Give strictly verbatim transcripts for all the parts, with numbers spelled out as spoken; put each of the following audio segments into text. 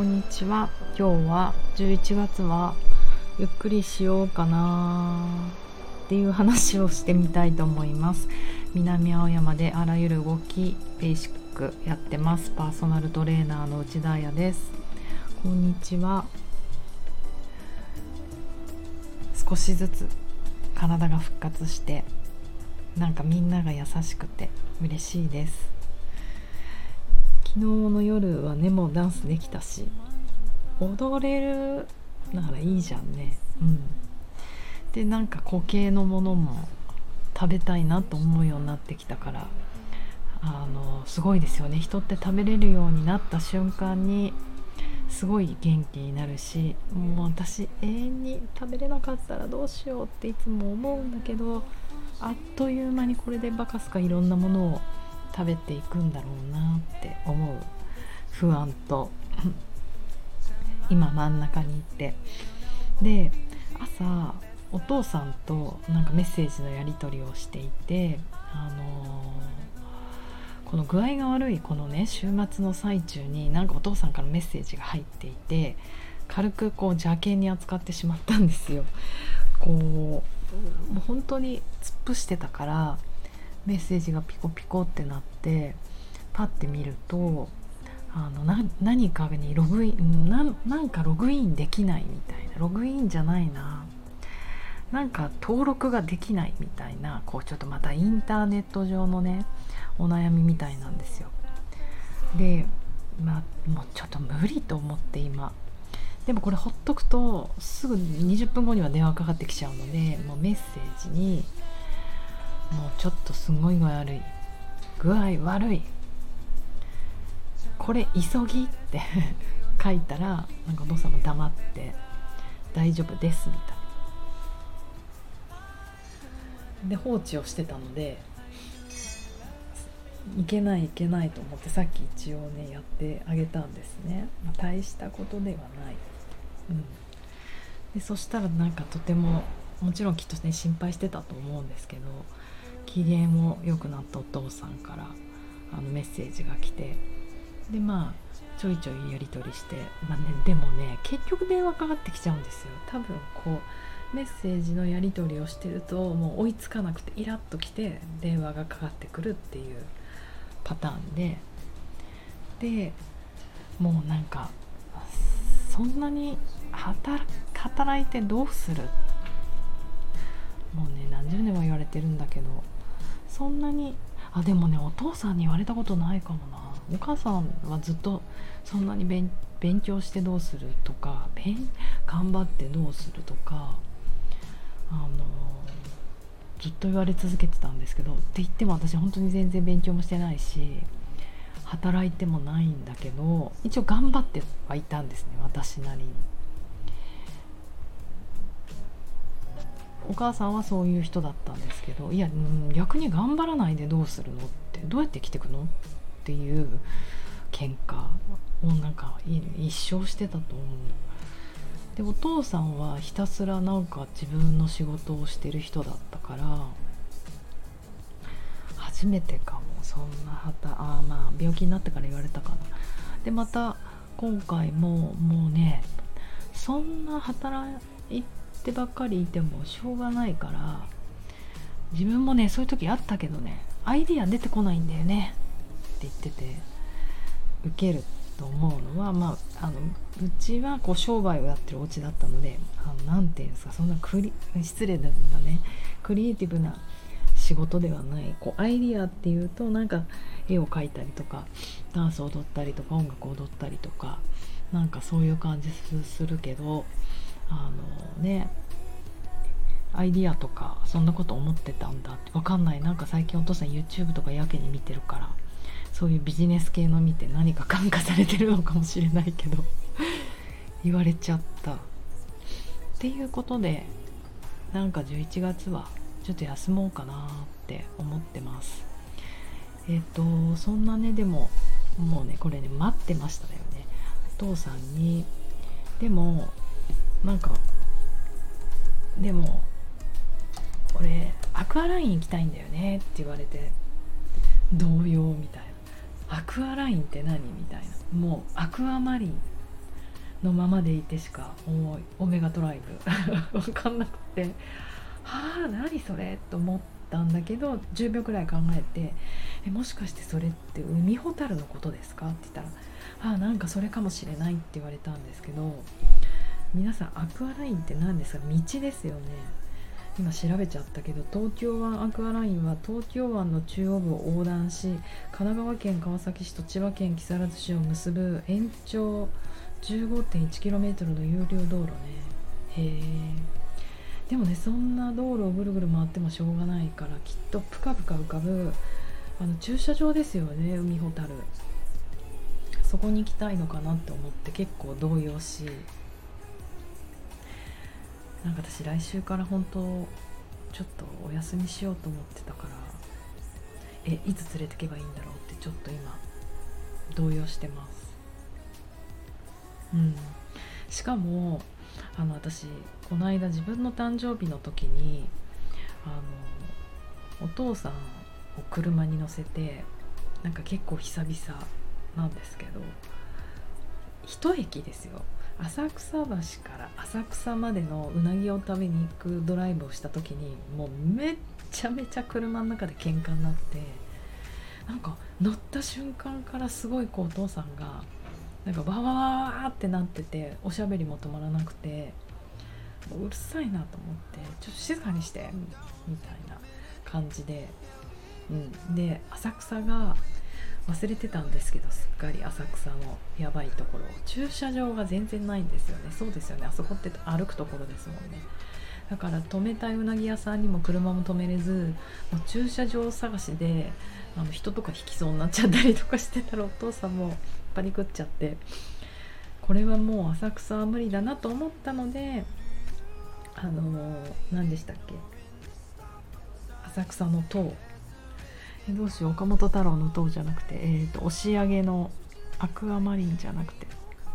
こんにちは。今日はじゅういちがつはゆっくりしようかなっていう話をしてみたいと思います。南青山であらゆる動きベーシックやってます。パーソナルトレーナーの内田彩です。こんにちは。少しずつ体が復活してなんかみんなが優しくて嬉しいです。昨日の夜はねもうダンスできたし踊れるならいいじゃんね。うんでなんか固形のものも食べたいなと思うようになってきたから、あのすごいですよね。人って食べれるようになった瞬間にすごい元気になるし、もう私永遠に食べれなかったらどうしようっていつも思うんだけど、あっという間にこれでバカすかいろんなものを食べていくんだろうなって思う不安と今真ん中にいて、で朝お父さんとなんかメッセージのやり取りをしていて、あのー、この具合が悪いこのね週末の最中になんかお父さんからメッセージが入っていて、軽くこう邪険に扱ってしまったんですよ。こうもう本当に突っ伏してたからメッセージがピコピコってなってパッて見ると、あのな何かにログイン な, なんかログインできないみたいな、ログインじゃないななんか登録ができないみたいな、こうちょっとまたインターネット上のねお悩みみたいなんですよ。で、まあ、もうちょっと無理と思って今でもこれほっとくとすぐにじゅっぷんごには電話かかってきちゃうので、もうメッセージにもうちょっとすごい具合悪い具合悪いこれ急ぎって書いたら、なんかお父さんも黙って大丈夫ですみたいなで放置をしてたので、いけないいけないと思ってさっき一応ねやってあげたんですね。まあ、大したことではない、うん、でそしたらなんかとてももちろんきっとね心配してたと思うんですけど、機嫌も良くなったお父さんからあのメッセージが来て、でまあちょいちょいやり取りして、まあね、でもね結局電話かかってきちゃうんですよ。多分こうメッセージのやり取りをしてるともう追いつかなくてイラッときて電話がかかってくるっていうパターンで、でもうなんかそんなに 働, 働いてどうする、もうね何十年も言われてるんだけど、そんなにあでもねお父さんに言われたことないかもな。お母さんはずっとそんなに 勉, 勉強してどうするとか勉頑張ってどうするとかあのずっと言われ続けてたんですけど、って言っても私本当に全然勉強もしてないし働いてもないんだけど、一応頑張ってはいたんですね、私なりに。お母さんはそういう人だったんですけど、いや、うん、逆に頑張らないでどうするのってどうやって生きていくのっていう喧嘩をなんか一生してたと思う。でお父さんはひたすらなんか自分の仕事をしてる人だったから、初めてかもそんなはたあまあ病気になってから言われたかな。でまた今回ももうねそんな働いてばっかりいてもしょうがないから、自分もねそういう時あったけどねアイディア出てこないんだよねって言ってて、受けると思うのは、まあ、あのうちはこう商売をやってるお家だったので、あのなんていうんですか、そんなクリ失礼だねクリエイティブな仕事ではない。こうアイディアっていうとなんか絵を描いたりとかダンスを踊ったりとか音楽を踊ったりとかなんかそういう感じするけど、あのねアイディアとかそんなこと思ってたんだってわかんない。なんか最近お父さん YouTube とかやけに見てるからそういうビジネス系の見て何か感化されてるのかもしれないけど言われちゃったっていうことで、なんかじゅういちがつはちょっと休もうかなって思ってます。えっとそんなねでももうねこれね待ってましたよね。お父さんにでもなんかでも俺アクアライン行きたいんだよねって言われて、動揺みたいな。アクアラインって何みたいな。もうアクアマリンのままでいてしか思いオメガトライブ分かんなくて、はあ何それと思ったんだけど、じゅうびょうくらい考えて、えもしかしてそれって海ほたるのことですかって言ったら、あなんかそれかもしれないって言われたんですけど、皆さんアクアラインって何ですか？道ですよね。今調べちゃったけど、東京湾アクアラインは東京湾の中央部を横断し、神奈川県川崎市と千葉県木更津市を結ぶ延長 じゅうごてんいちキロメートル の有料道路ね。へえ。でもね、そんな道路をぐるぐる回ってもしょうがないから、きっとぷかぷか浮かぶあの駐車場ですよね、海ほたる。そこに行きたいのかなって思って結構動揺し、なんか私来週から本当ちょっとお休みしようと思ってたから、えいつ連れてけばいいんだろうってちょっと今動揺してます。うん。しかもあの私この間自分の誕生日の時にあのお父さんを車に乗せて、なんか結構久々なんですけど、一駅ですよ、浅草橋から浅草までのうなぎを食べに行くドライブをした時に、もうめっちゃめちゃ車の中で喧嘩になって、なんか乗った瞬間からすごいこうお父さんがなんかわわわわってなってて、おしゃべりも止まらなくて、うるさいなと思って、ちょっと静かにしてみたいな感じで、うん、で浅草が忘れてたんですけど、すっかり浅草のやばいところ、駐車場が全然ないんですよね。そうですよね、あそこって歩くところですもんね。だから止めたいうなぎ屋さんにも車も止めれず、もう駐車場探しであの人とか引きそうになっちゃったりとかしてたら、お父さんもパニクっちゃって、これはもう浅草は無理だなと思ったので、あのー、何でしたっけ、浅草の塔、えどうしよう、岡本太郎の塔じゃなくて、えーと押上のアクアマリンじゃなくて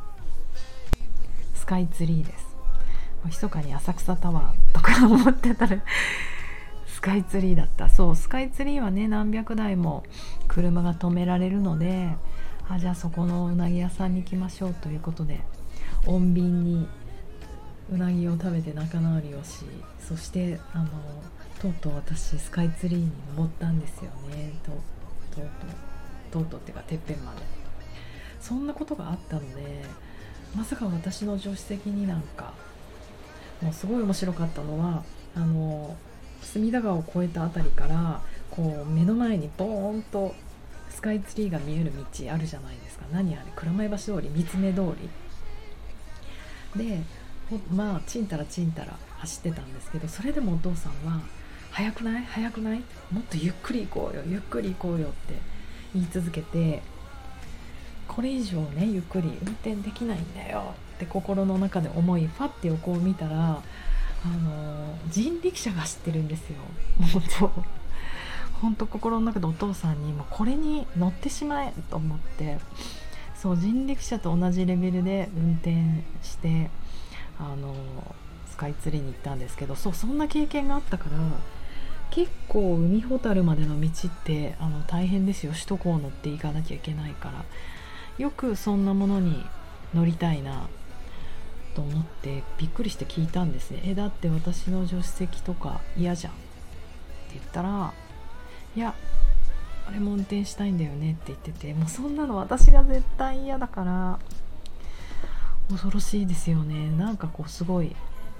スカイツリーです。密かに浅草タワーとか思ってたらスカイツリーだった。そう、スカイツリーはね、何百台も車が止められるので、あじゃあそこのうなぎ屋さんに行きましょうということで、穏便にうなぎを食べて仲直りをし、そしてあのとうとう私スカイツリーに登ったんですよね。ととうとうとうとうっていうかてっぺんまで。そんなことがあったので、まさか私の助手席になんか、もうすごい面白かったのは、あの隅田川を越えたあたりからこう目の前にボーンとスカイツリーが見える道あるじゃないですか。何あれ、蔵前橋通り、三つ目通りで、まあちんたらちんたら走ってたんですけど、それでもお父さんは早くない早くない、もっとゆっくり行こうよゆっくり行こうよって言い続けて、これ以上ねゆっくり運転できないんだよって心の中で思い、ファって横を見たら、あの人力車が走ってるんですよ。もう本当心の中でお父さんにもうこれに乗ってしまえと思って、そう人力車と同じレベルで運転してあのスカイツリーに行ったんですけど、そうそんな経験があったから、結構海ほたるまでの道ってあの大変ですよ。首都高を乗っていかなきゃいけないから、よくそんなものに乗りたいなと思ってびっくりして聞いたんですね。えだって私の助手席とか嫌じゃんって言ったら、いやあれも運転したいんだよねって言ってて、もうそんなの私が絶対嫌だから、恐ろしいですよね。なんかこうすごい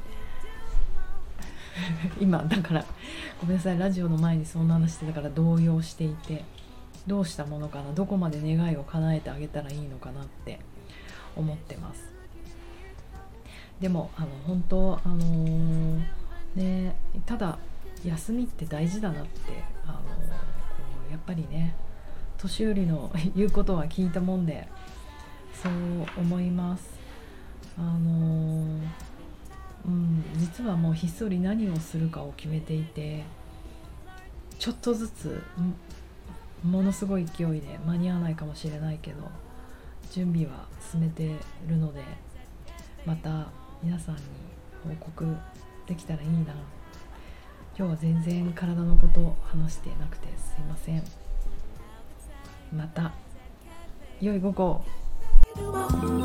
今だからごめんなさい、ラジオの前にそんな話してたから動揺していて、どうしたものかな、どこまで願いを叶えてあげたらいいのかなって思ってます。でもあの本当あのー、ね、ただ休みって大事だなって、あのー、こうやっぱりね、年寄りの言うことは聞いたもんでそう思います。あのーうん、実はもうひっそり何をするかを決めていて、ちょっとずつものすごい勢いで間に合わないかもしれないけど準備は進めてるので、また皆さんに報告できたらいいな。今日は全然体のことを話してなくてすいません。また良い午後。